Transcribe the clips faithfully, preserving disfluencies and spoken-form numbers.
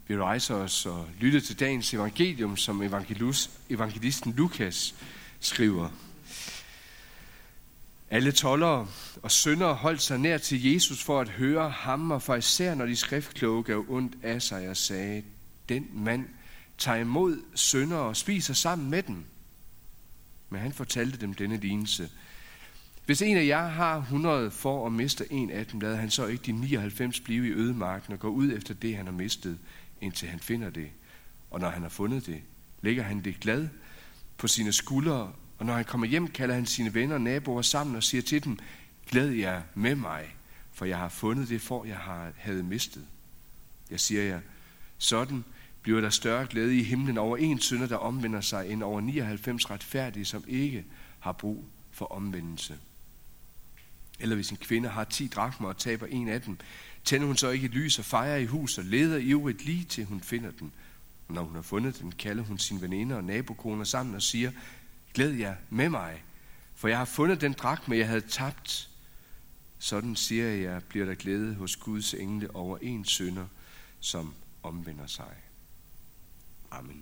Vi rejser os og lytter til dagens evangelium, som evangelisten Lukas skriver. Alle toldere og syndere holdt sig nær til Jesus for at høre ham, og for især når de skriftkloge gav ondt af sig og sagde, den mand tager imod syndere og spiser sammen med dem. Men han fortalte dem denne lignelse. Hvis en af jer har hundrede får og mister en af dem, lader han så ikke de nioghalvfems blive i ødemarken og gå ud efter det, han har mistet, indtil han finder det. Og når han har fundet det, lægger han det glad på sine skuldre, og når han kommer hjem, kalder han sine venner og naboer sammen og siger til dem, glæd jer med mig, for jeg har fundet det får, jeg havde mistet. Jeg siger jer, sådan bliver der større glæde i himlen over en synder, der omvender sig, end over nioghalvfems retfærdige, som ikke har brug for omvendelse. Eller hvis en kvinde har ti drakmer og taber en af dem, tænder hun så ikke et lys og fejrer i hus og leder ivrigt lige til hun finder den. Og når hun har fundet den, kalder hun sine veninder og nabokoner sammen og siger, glæd jer med mig, for jeg har fundet den drakme, jeg havde tabt. Sådan siger jeg, bliver der glæde hos Guds engle over en synder, som omvender sig. Amen.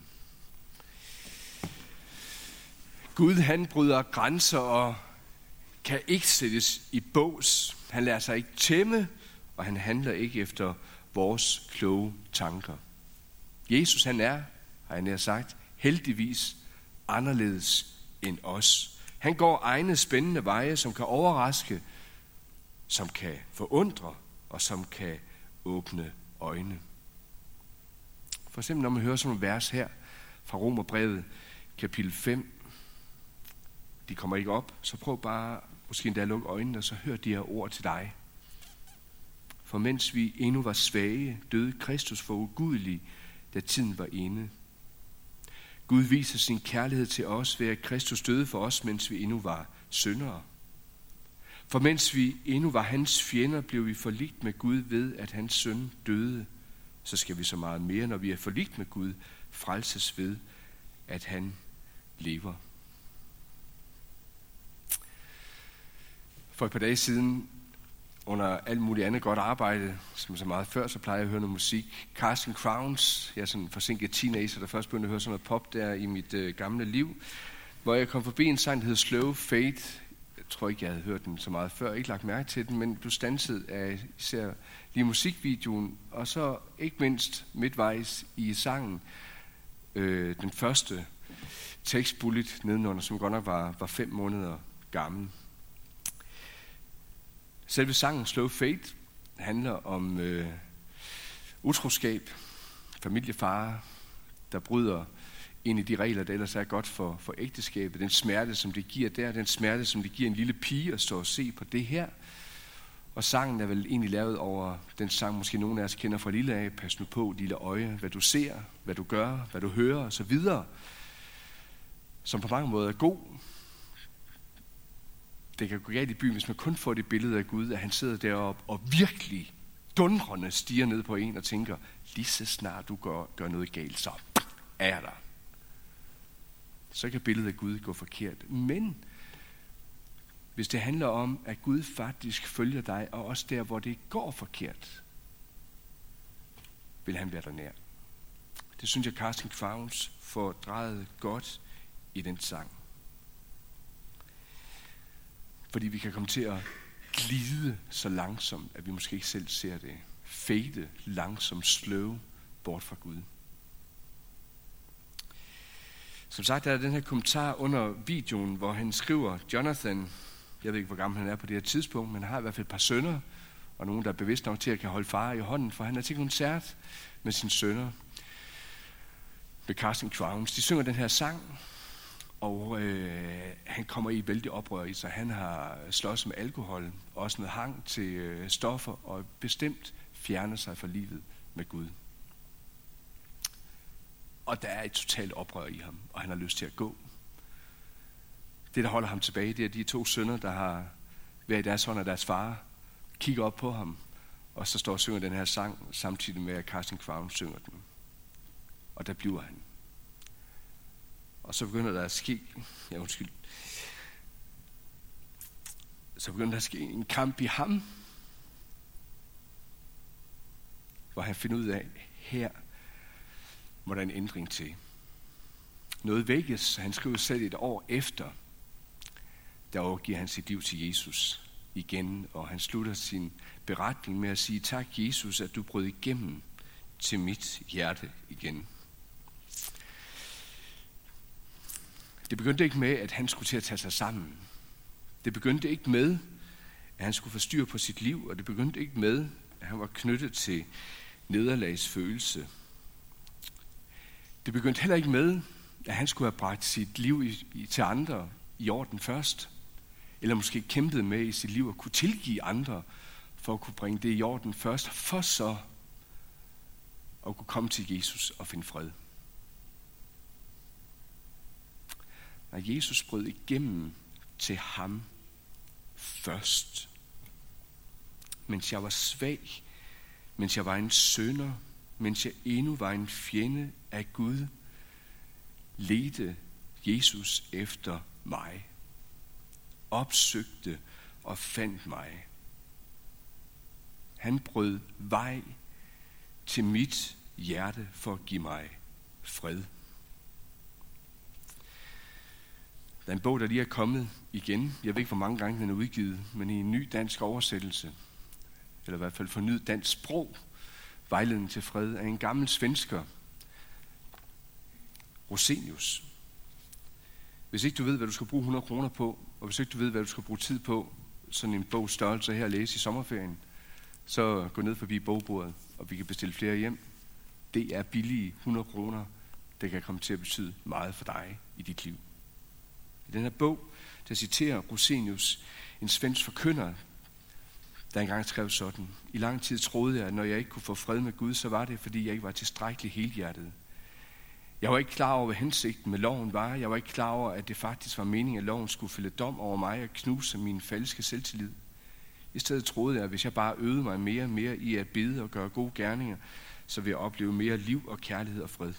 Gud, han bryder grænser og kan ikke sættes i bås. Han lader sig ikke tæmme, og han handler ikke efter vores kloge tanker. Jesus, han er, har jeg nær sagt, heldigvis anderledes end os. Han går egne spændende veje, som kan overraske, som kan forundre og som kan åbne øjne. For eksempel når man hører sådan nogle vers her fra Romerbrevet kapitel fem, de kommer ikke op, så prøv bare måske endda at lukke øjnene, og så hør de her ord til dig. For mens vi endnu var svage, døde Kristus for ugudelig, da tiden var inde. Gud viser sin kærlighed til os ved at Kristus døde for os, mens vi endnu var syndere. For mens vi endnu var hans fjender, blev vi forligt med Gud ved, at hans søn døde. Så skal vi så meget mere, når vi er forligt med Gud, frelses ved, at han lever. For et par dage siden, under alt muligt andet godt arbejde, som så meget før, så plejer jeg at høre noget musik. Casting Crowns, jeg er sådan en forsinket teenager, der først begyndte at høre sådan noget pop der i mit øh, gamle liv, hvor jeg kom forbi en sang, der hed Slow Fade. Jeg tror ikke, jeg havde hørt den så meget før, ikke lagt mærke til den, men blev standset af især lige musikvideoen, og så ikke mindst midtvejs i sangen, øh, den første tekstbullet nedenunder, som godt nok var, var fem måneder gammel. Selve sangen Slow Fade handler om øh, utroskab, familiefare, der bryder ind i de regler, der ellers er godt for, for ægteskabet. Den smerte, som det giver der, den smerte, som det giver en lille pige at stå og se på det her. Og sangen er vel egentlig lavet over den sang, måske nogen af os kender fra lille af. Pas nu på, lille øje, hvad du ser, hvad du gør, hvad du hører og så videre. Som på mange måder er god. Det kan gå galt i byen, hvis man kun får det billede af Gud, at han sidder deroppe og virkelig dundrende stiger ned på en og tænker, lige så snart du gør, gør noget galt, så er jeg der. Så kan billedet af Gud gå forkert. Men hvis det handler om, at Gud faktisk følger dig, og også der, hvor det går forkert, vil han være der nær. Det synes jeg, Casting Crowns får drejet godt i den sang. Fordi vi kan komme til at glide så langsomt, at vi måske ikke selv ser det. Fade langsomt, slow, bort fra Gud. Som sagt, der er den her kommentar under videoen, hvor han skriver, Jonathan, jeg ved ikke, hvor gammel han er på det her tidspunkt, men han har i hvert fald et par sønner, og nogen, der er bevidst nok til at kan holde far i hånden, for han er til koncert med sine sønner ved Casting Crowns. De synger den her sang, og øh, han kommer i et vældig oprør i sig. Han har slås med alkohol, også med hang til øh, stoffer, og bestemt fjerner sig fra livet med Gud. Og der er et totalt oprør i ham, og han har lyst til at gå. Det, der holder ham tilbage, det er de to sønner, der har været i deres hånd af deres far, kigger op på ham, og så står og synger den her sang, samtidig med at Casting Crowns synger den. Og der bliver han. Og så begynder der at ske, ja undskyld, så begynder der at ske en kamp i ham, hvor han finder ud af, her må der en ændring til. Noget vækkes, han skriver selv et år efter, der overgiver han sit liv til Jesus igen, og han slutter sin beretning med at sige, tak Jesus, at du brød igennem til mit hjerte igen. Det begyndte ikke med, at han skulle til at tage sig sammen. Det begyndte ikke med, at han skulle få styr på sit liv, og det begyndte ikke med, at han var knyttet til nederlagsfølelse. Det begyndte heller ikke med, at han skulle have bragt sit liv i, i, til andre i orden først, eller måske kæmpet med i sit liv at kunne tilgive andre, for at kunne bringe det i orden først, for så at kunne komme til Jesus og finde fred. Når Jesus brød igennem til ham først, mens jeg var svag, mens jeg var en synder, mens jeg endnu var en fjende af Gud, ledte Jesus efter mig, opsøgte og fandt mig. Han brød vej til mit hjerte for at give mig fred. Der er en bog, der lige er kommet igen. Jeg ved ikke, hvor mange gange den er udgivet, men i en ny dansk oversættelse, eller i hvert fald fornyet dansk sprog, Vejledning til fred, af en gammel svensker, Rosenius. Hvis ikke du ved, hvad du skal bruge hundrede kroner på, og hvis ikke du ved, hvad du skal bruge tid på, sådan en bogs størrelse her at læse i sommerferien, så gå ned forbi bogbordet, og vi kan bestille flere hjem. Det er billige hundrede kroner, der kan komme til at betyde meget for dig i dit liv. I den her bog, der citerer Rosenius en svensk forkynder, der engang skrev sådan: I lang tid troede jeg, at når jeg ikke kunne få fred med Gud, så var det, fordi jeg ikke var tilstrækkeligt helhjertet. Jeg var ikke klar over, hvad hensigten med loven var. Jeg var ikke klar over, at det faktisk var meningen, at loven skulle fælde dom over mig og knuse min falske selvtillid. I stedet troede jeg, at hvis jeg bare øvede mig mere og mere i at bede og gøre gode gerninger, så ville jeg opleve mere liv og kærlighed og fred.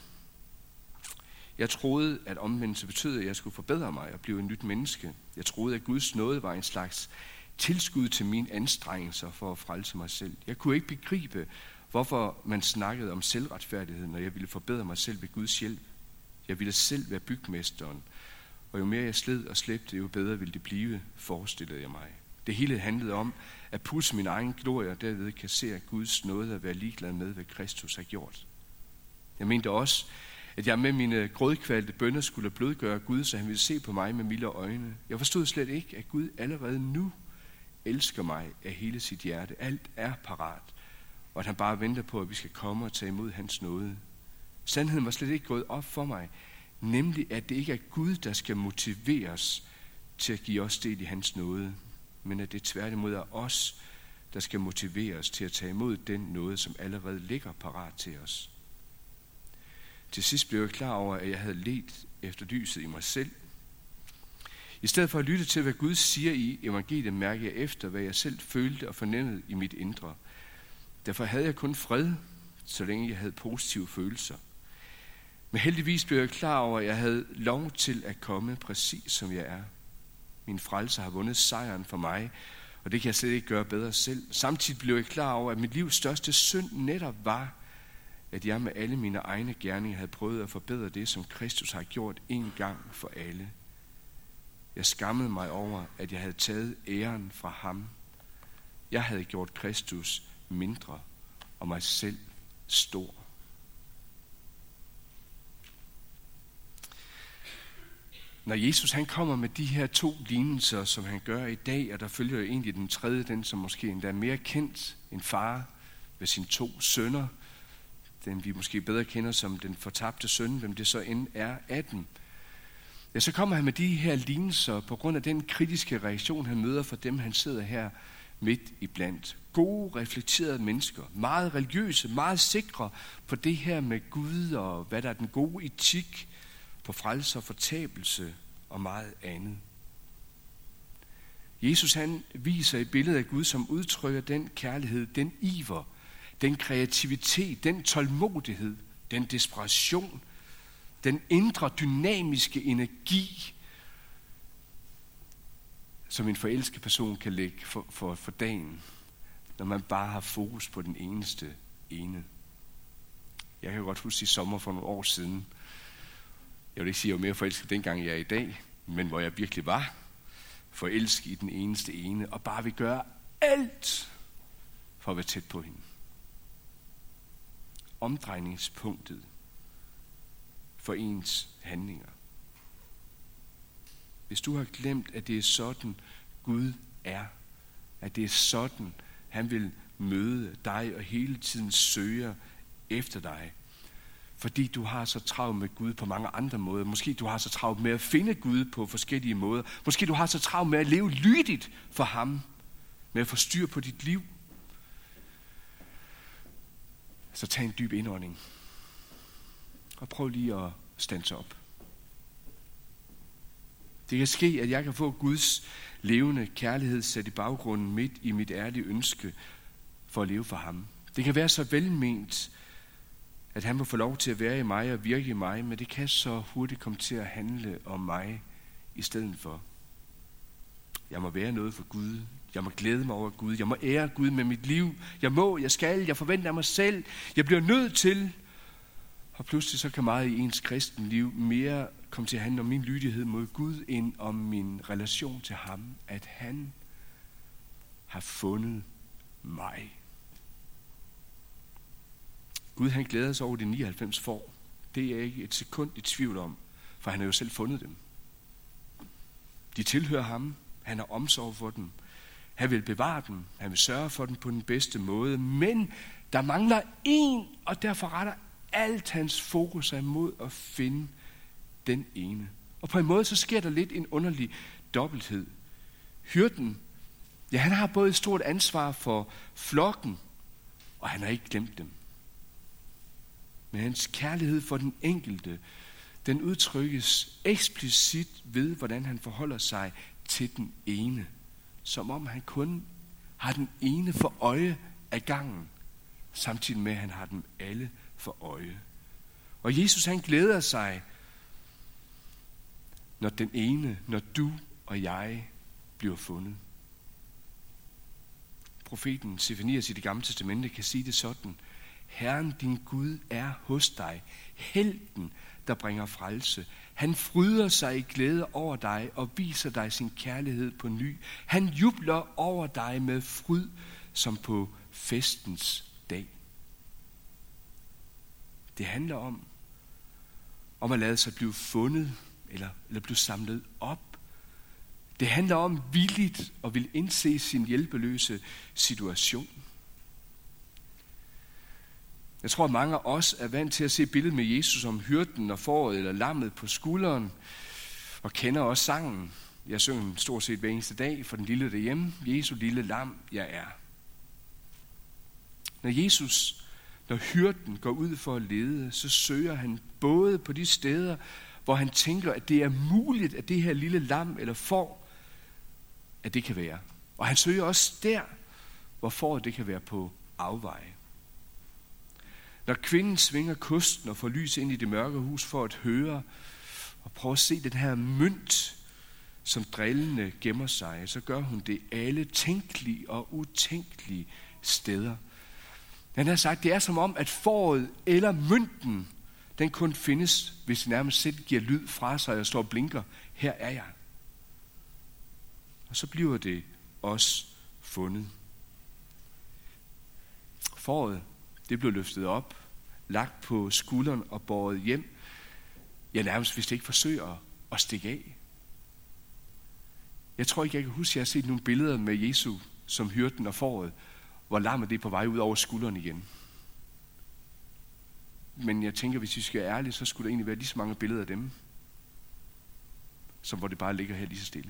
Jeg troede, at omvendelse betød, at jeg skulle forbedre mig og blive et nyt menneske. Jeg troede, at Guds nåde var en slags tilskud til mine anstrengelser for at frelse mig selv. Jeg kunne ikke begribe, hvorfor man snakkede om selvretfærdighed, når jeg ville forbedre mig selv ved Guds hjælp. Jeg ville selv være bygmesteren, og jo mere jeg sled og slæbte, jo bedre ville det blive, forestillede jeg mig. Det hele handlede om at pudse min egen glorie, og derved kassere Guds nåde og være ligeglad med, hvad Kristus har gjort. Jeg mente også, at jeg med mine grådkvalte bønner skulle blødgøre Gud, så han ville se på mig med milde øjne. Jeg forstod slet ikke, at Gud allerede nu elsker mig af hele sit hjerte. Alt er parat, og at han bare venter på, at vi skal komme og tage imod hans nåde. Sandheden var slet ikke gået op for mig, nemlig at det ikke er Gud, der skal motiveres til at give os del i hans nåde, men at det tværtimod er os, der skal motiveres til at tage imod den nåde, som allerede ligger parat til os. Til sidst blev jeg klar over, at jeg havde ledt efter lyset i mig selv. I stedet for at lytte til, hvad Gud siger i evangeliet, mærkede jeg efter, hvad jeg selv følte og fornemmede i mit indre. Derfor havde jeg kun fred, så længe jeg havde positive følelser. Men heldigvis blev jeg klar over, at jeg havde lov til at komme præcis som jeg er. Min frelser har vundet sejren for mig, og det kan jeg slet ikke gøre bedre selv. Samtidig blev jeg klar over, at mit livs største synd netop var, at jeg med alle mine egne gerninger havde prøvet at forbedre det, som Kristus har gjort en gang for alle. Jeg skammede mig over, at jeg havde taget æren fra ham. Jeg havde gjort Kristus mindre og mig selv stor. Når Jesus han kommer med de her to lignelser, som han gør i dag, og der følger jo egentlig den tredje, den som måske endda er mere kendt, en far ved sine to sønner, den vi måske bedre kender som den fortabte søn, hvem det så end er af dem. Ja, så kommer han med de her lignelser på grund af den kritiske reaktion, han møder fra dem, han sidder her midt i blandt. Gode, reflekterede mennesker, meget religiøse, meget sikre på det her med Gud og hvad der er den gode etik, på frelse og fortabelse og meget andet. Jesus han viser et billede af Gud, som udtrykker den kærlighed, den iver, den kreativitet, den tålmodighed, den desperation, den indre dynamiske energi, som en forelsket person kan lægge for, for, for dagen, når man bare har fokus på den eneste ene. Jeg kan godt huske i sommer for nogle år siden. Jeg vil ikke sige, at jeg var mere forelsket dengang, jeg er i dag, men hvor jeg virkelig var forelsket i den eneste ene, og bare vil gøre alt for at være tæt på hende. Omdrejningspunktet for ens handlinger. Hvis du har glemt, at det er sådan, Gud er, at det er sådan, han vil møde dig og hele tiden søger efter dig, fordi du har så travlt med Gud på mange andre måder. Måske du har så travlt med at finde Gud på forskellige måder. Måske du har så travlt med at leve lydigt for ham, med at få styr på dit liv. Så tag en dyb indånding, og prøv lige at standse op. Det kan ske, at jeg kan få Guds levende kærlighed sat i baggrunden midt i mit ærlige ønske for at leve for ham. Det kan være så velment, at han må få lov til at være i mig og virke i mig, men det kan så hurtigt komme til at handle om mig i stedet for. Jeg må være noget for Gud. Jeg må glæde mig over Gud. Jeg må ære Gud med mit liv. Jeg må, jeg skal, jeg forventer mig selv. Jeg bliver nødt til. Og pludselig så kan meget i ens kristen liv mere komme til at handle om min lydighed mod Gud, end om min relation til ham. At han har fundet mig. Gud han glæder sig over de nioghalvfems får. Det er jeg ikke et sekund i tvivl om, for han har jo selv fundet dem. De tilhører ham. Han har omsorg for dem. Han vil bevare dem. Han vil sørge for dem på den bedste måde. Men der mangler en, og derfor retter alt hans fokus sig imod at finde den ene. Og på en måde så sker der lidt en underlig dobbelthed. Hyrden, ja, han har både et stort ansvar for flokken, og han har ikke glemt dem. Men hans kærlighed for den enkelte, den udtrykkes eksplicit ved, hvordan han forholder sig til den ene. Som om han kun har den ene for øje af gangen, samtidig med, at han har dem alle for øje. Og Jesus han glæder sig, når den ene, når du og jeg bliver fundet. Profeten Sefanias i Det Gamle Testamente kan sige det sådan: Herren din Gud er hos dig, helten, der bringer frelse. Han fryder sig i glæde over dig og viser dig sin kærlighed på ny. Han jubler over dig med fryd som på festens dag. Det handler om, om at lade sig blive fundet eller, eller blive samlet op. Det handler om villigt at vil indse sin hjælpeløse situation. Jeg tror, at mange af os er vant til at se billedet med Jesus som hyrden og fåret eller lammet på skulderen, og kender også sangen. Jeg synger den stort set hver eneste dag for den lille derhjemme. Jesu lille lam, jeg er. Når Jesus, når hyrden går ud for at lede, så søger han både på de steder, hvor han tænker, at det er muligt, at det her lille lam eller får, at det kan være. Og han søger også der, hvor fåret det kan være på afveje. Når kvinden svinger kosten og får lys ind i det mørke hus for at høre og prøve at se den her mønt, som drillende gemmer sig, så gør hun det alle tænkelige og utænkelige steder. Han har sagt, det er som om, at fåret eller mønten, den kun findes, hvis den nærmest selv giver lyd fra sig og står og blinker. Her er jeg. Og så bliver det også fundet. Fåret, det blev løftet op, lagt på skulderen og båret hjem. Jeg nærmest hvis det ikke forsøger at stikke af. Jeg tror ikke, jeg kan huske, at jeg har set nogle billeder med Jesus som hyrden og fåret, hvor lammet det er på vej ud over skulderen igen. Men jeg tænker, hvis vi skal være ærlige, så skulle der egentlig være lige så mange billeder af dem, som hvor det bare ligger her lige så stille.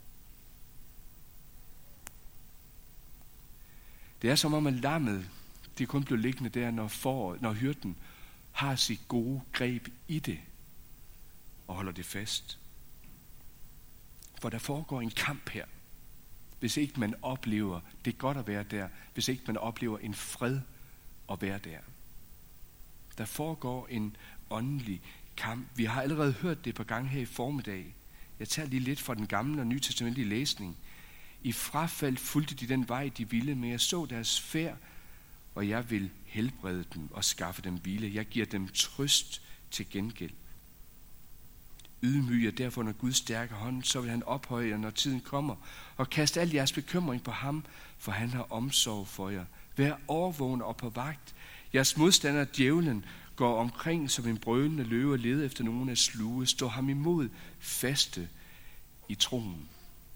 Det er som om, at lammet, det er kun blevet liggende der, når, for, når hyrden har sit gode greb i det og holder det fast. For der foregår en kamp her. Hvis ikke man oplever, det er godt at være der, hvis ikke man oplever en fred at være der. Der foregår en åndelig kamp. Vi har allerede hørt det et par gange her i formiddag. Jeg tager lige lidt fra den gamle og nye testamentlige læsning. I frafald fulgte de den vej, de ville, men jeg så deres færd, og jeg vil helbrede dem og skaffe dem hvile. Jeg giver dem trøst til gengæld. Ydmyg jer derfor under Guds stærke hånd, så vil han ophøje jer, når tiden kommer, og kaste al jeres bekymring på ham, for han har omsorg for jer. Vær årvågen og på vagt. Jeres modstander, djævlen, går omkring som en brølende løve og leder efter nogen at sluge. Stå ham imod faste i troen.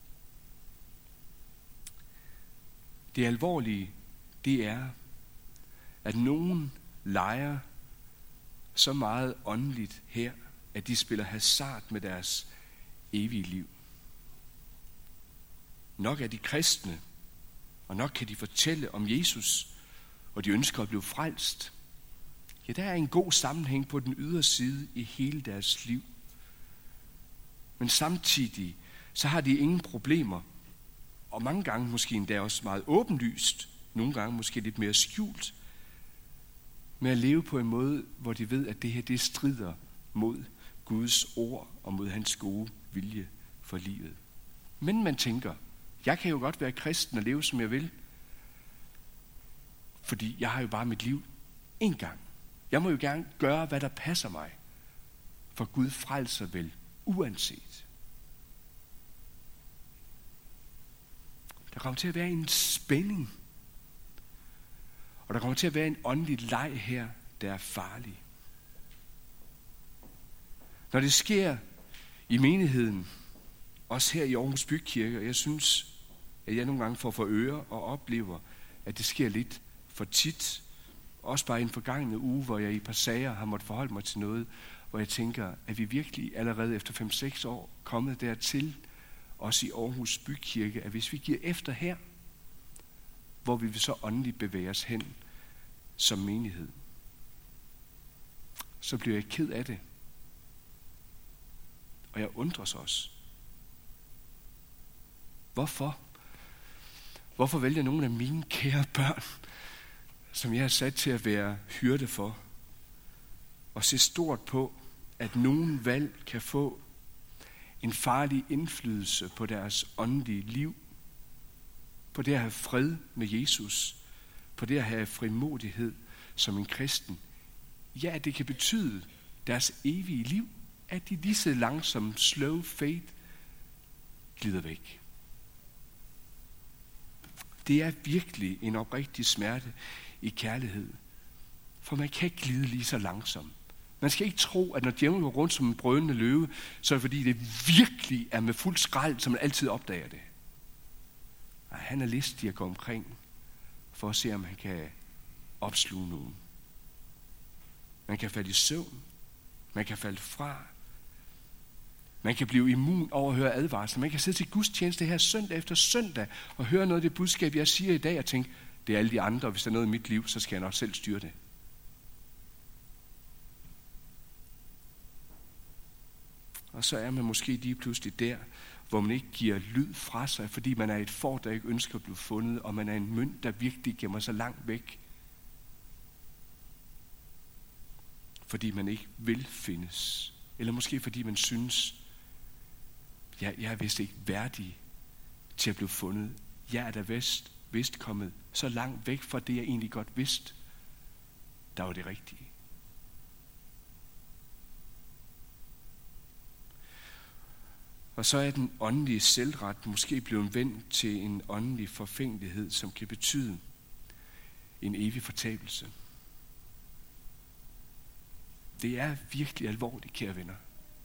Det alvorlige, det er, at nogen leger så meget åndeligt her, at de spiller hasard med deres evige liv. Nok er de kristne, og nok kan de fortælle om Jesus, og de ønsker at blive frelst. Ja, der er en god sammenhæng på den ydre side i hele deres liv. Men samtidig, så har de ingen problemer, og mange gange måske endda også meget åbenlyst, nogle gange måske lidt mere skjult, med at leve på en måde, hvor de ved, at det her, det strider mod Guds ord og mod hans gode vilje for livet. Men man tænker, jeg kan jo godt være kristen og leve, som jeg vil, fordi jeg har jo bare mit liv én gang. Jeg må jo gerne gøre, hvad der passer mig, for Gud frelser vel uanset. Der kommer til at være en spænding, og der kommer til at være en åndelig leg her, der er farlig. Når det sker i menigheden, også her i Aarhus Bykirke, og jeg synes, at jeg nogle gange får for øre og oplever, at det sker lidt for tit, også bare i en forgangne uge, hvor jeg i et par sager har måttet forholde mig til noget, hvor jeg tænker, at vi virkelig allerede efter fem seks år kommet dertil, også i Aarhus Bykirke, at hvis vi giver efter her, hvor vi vil så åndeligt bevæge os hen som menighed, så bliver jeg ked af det. Og jeg undres også. Hvorfor? Hvorfor vælger nogle af mine kære børn, som jeg er sat til at være hyrde for, og se stort på, at nogen valg kan få en farlig indflydelse på deres åndelige liv, på det at have fred med Jesus, på det at have frimodighed som en kristen? Ja, det kan betyde deres evige liv, at de lige så langsomt, slow fade, glider væk. Det er virkelig en oprigtig smerte i kærlighed, for man kan ikke glide lige så langsomt. Man skal ikke tro, at når djævlen går rundt som en brølende løve, så er det fordi, det virkelig er med fuld skrald, så man altid opdager det. Nej, han er listig at gå omkring, for at se, om han kan opsluge nogen. Man kan falde i søvn. Man kan falde fra. Man kan blive immun over at høre advarsler. Man kan sidde til gudstjeneste her søndag efter søndag og høre noget af det budskab, jeg siger i dag, og tænke, det er alle de andre, og hvis der er noget i mit liv, så skal jeg nok selv styre det. Og så er man måske lige pludselig der, hvor man ikke giver lyd fra sig, fordi man er et får, der ikke ønsker at blive fundet, og man er en mønt, der virkelig gemmer sig langt væk, fordi man ikke vil findes. Eller måske fordi man synes, ja, jeg er vist ikke værdig til at blive fundet. Jeg er da vist, vist kommet så langt væk fra det, jeg egentlig godt vidste, der var det rigtige. Og så er den åndelige selvret måske blevet vendt til en åndelig forfængelighed, som kan betyde en evig fortabelse. Det er virkelig alvorligt, kære venner.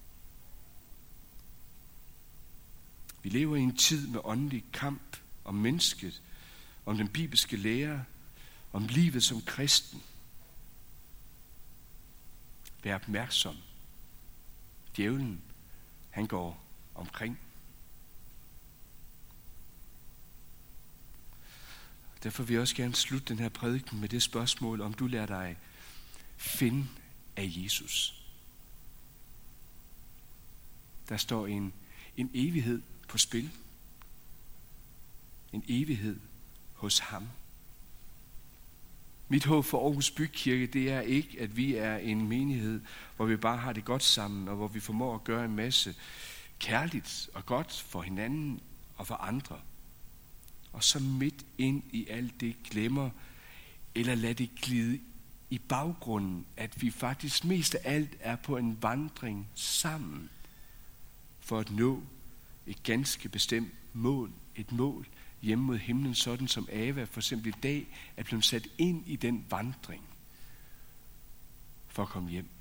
Vi lever i en tid med åndelig kamp om mennesket, om den bibelske lære, om livet som kristen. Vær opmærksom. Djævlen, han går omkring. Derfor vil jeg også gerne slutte den her prædiken med det spørgsmål, om du lader dig finde af Jesus. Der står en, en evighed på spil. En evighed hos ham. Mit håb for Aarhus Bykirke, det er ikke, at vi er en menighed, hvor vi bare har det godt sammen, og hvor vi formår at gøre en masse kærligt og godt for hinanden og for andre. Og så midt ind i alt det glemmer eller lad det glide i baggrunden, at vi faktisk mest af alt er på en vandring sammen for at nå et ganske bestemt mål, et mål hjemme mod himlen, sådan som Ava for eksempel i dag er blevet sat ind i den vandring for at komme hjem.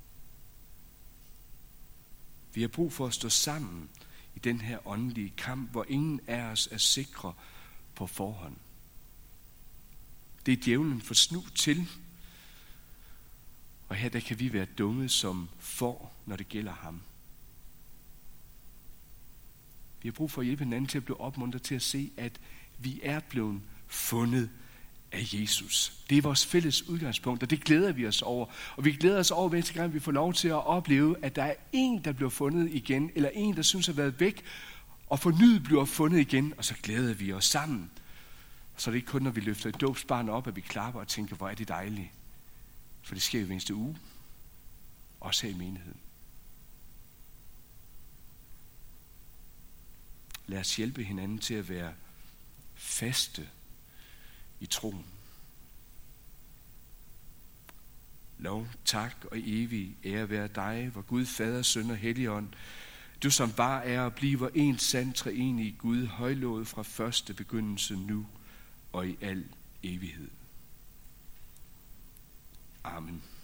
Vi har brug for at stå sammen i den her åndelige kamp, hvor ingen af os er sikre på forhånd. Det er djævlen for snu til, og her der kan vi være dumme som får, når det gælder ham. Vi har brug for at hjælpe hinanden til at blive opmuntret til at se, at vi er blevet fundet af Jesus. Det er vores fælles udgangspunkt, og det glæder vi os over. Og vi glæder os over, hver eneste gang vi får lov til at opleve, at der er en, der bliver fundet igen, eller en, der synes at have været væk, og fornyet bliver fundet igen, og så glæder vi os sammen. Så er det ikke kun, når vi løfter et dåbsbarn op, at vi klapper og tænker, hvor er det dejligt. For det sker jo hver eneste uge, også her i menigheden. Lad os hjælpe hinanden til at være faste i troen. Lov, tak og evig ære være dig, hvor Gud, Fader, Søn og Helligånd, du som var er og bliver en sand treenig Gud, højlovet fra første begyndelse nu og i al evighed. Amen.